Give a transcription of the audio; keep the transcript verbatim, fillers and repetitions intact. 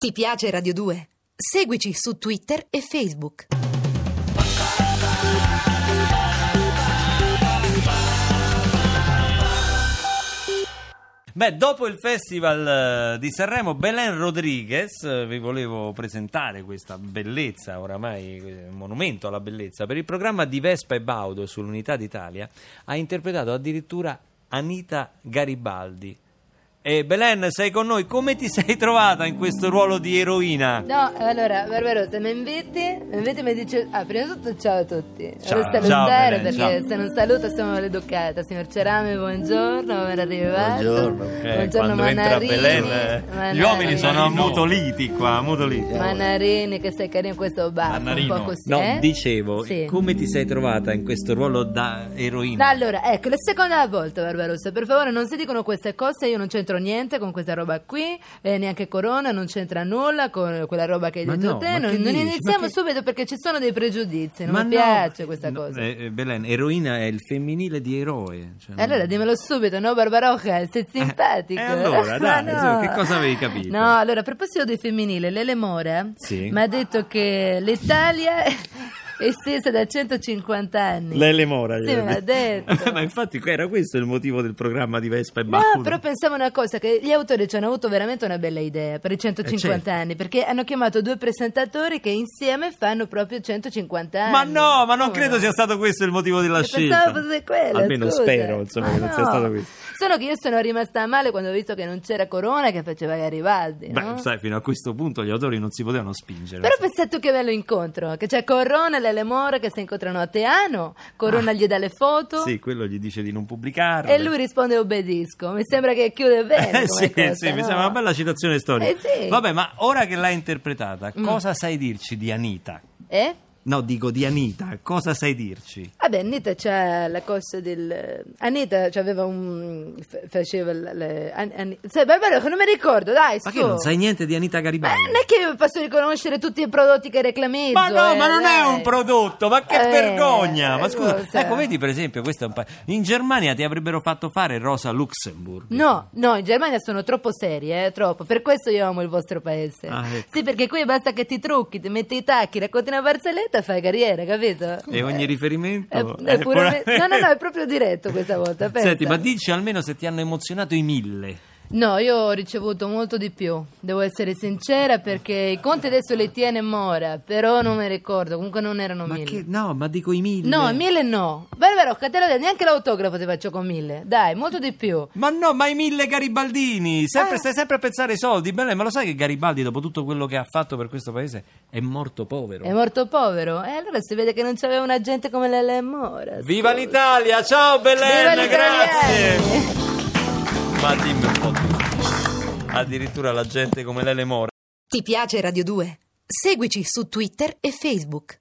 Ti piace Radio due? Seguici su Twitter e Facebook. Beh, dopo il Festival di Sanremo, Belén Rodriguez, vi volevo presentare questa bellezza, oramai un monumento alla bellezza, per il programma di Vespa e Baudo sull'Unità d'Italia, ha interpretato addirittura Anita Garibaldi. E Belén, sei con noi, come ti sei trovata in questo ruolo di eroina? No, allora, Barbarossa, mi inviti, mi inviti e mi dice, ah, prima di tutto ciao a tutti. Ciao, Allora, ciao, salutare, Belén, perché ciao. se non saluto siamo maleducata. Signor Cerame, buongiorno, ben arrivato. Buongiorno. Eh, Buongiorno, quando entra Manarini. Belén, eh, Manarini. gli uomini sono ammutoliti qua, ammutoliti. Manarini, che sei carino questo baffo, Mannarino. un po' così, No, eh? dicevo, Sì. come ti sei trovata in questo ruolo da eroina? Allora, ecco, la seconda volta, Barbarossa, per favore non si dicono queste cose, io non c'entro niente con questa roba qui, eh, neanche Corona non c'entra nulla con quella roba che hai Ma detto no, te, ma non, che non dici? iniziamo Ma che- subito perché ci sono dei pregiudizi, non Ma mi no, piace questa no, cosa. eh, eh, Belén, eroina è il femminile di eroe. Cioè, E allora dimmelo subito, no Barbarocca, sei simpatico. e allora, dai, Ma su, che cosa avevi capito? No, allora a proposito di femminile, Lele Mora Sì. mi ha detto che l'Italia è estesa da centocinquanta anni. Lele Mora. Sì, glielo me l'ha dico. detto. Ma infatti era questo il motivo del programma di Vespa e No, Baudo. però pensavo una cosa, che gli autori ci hanno avuto veramente una bella idea per i centocinquanta Eh, certo. anni, perché hanno chiamato due presentatori che insieme fanno proprio centocinquanta anni. Ma no, ma non Come credo no? sia stato questo il motivo della Io scelta. pensavo fosse quello, Almeno scusa. spero, insomma, Ma che non sia no. stato questo. Solo che io sono rimasta male quando ho visto che non c'era Corona che faceva Garibaldi, Beh, no? sai, fino a questo punto gli autori non si potevano spingere. Però pensate tu che bello incontro, che c'è Corona e Lele Mora che si incontrano a Teano, Corona gli dà le foto Ah. Sì, quello gli dice di non pubblicarle. e lui risponde obbedisco. Mi sembra che chiude bene Eh, come sì, cosa, sì, mi no? sembra una bella citazione storica. Eh, sì. Vabbè, ma ora che l'hai interpretata, Mm. cosa sai dirci di Anita? Eh? No, dico di Anita, cosa sai dirci? Vabbè, Anita c'ha la cosa del... Anita aveva un... f- faceva le... le- An- An- sai, Barbara, che non mi ricordo, dai, Ma su. che non sai niente di Anita Ma Garibaldi? non è che io posso riconoscere tutti i prodotti che reclamizzo. Ma no, eh, ma non è dai. un prodotto, ma che Eh, vergogna! Ma scusa, lo so. ecco, vedi per esempio, questo è un pa- in Germania ti avrebbero fatto fare Rosa Luxemburg. No, no, in Germania sono troppo serie, eh, troppo. Per questo io amo il vostro paese. Ah, ecco. Sì, perché qui basta che ti trucchi, ti metti i tacchi, racconti una barzelletta e fai carriera, capito? E ogni riferimento È, è è puramente- pura- No, no, no, è proprio diretto questa volta. Pensa. Senti, ma dici almeno se ti hanno emozionato i mille. No, io ho ricevuto molto di più, devo essere sincera, perché i conti adesso li tiene Mora, però non mi ricordo, comunque non erano Ma mille. che no, ma dico i mille. No, mille no. Barbara, te l'ho detto, neanche l'autografo ti faccio con mille. Dai, molto di più. Ma no, ma i mille garibaldini! Sempre, Ah. Stai sempre a pensare ai soldi. Bene, ma lo sai che Garibaldi, dopo tutto quello che ha fatto per questo paese, è morto povero? È morto povero? E allora si vede che non c'aveva una gente come Lele Mora. Viva l'Italia! Ciao Viva Belén, gli grazie! italiani! Ma dimmi un po'. Addirittura la gente come Lele Mora. Ti piace Radio due? Seguici su Twitter e Facebook.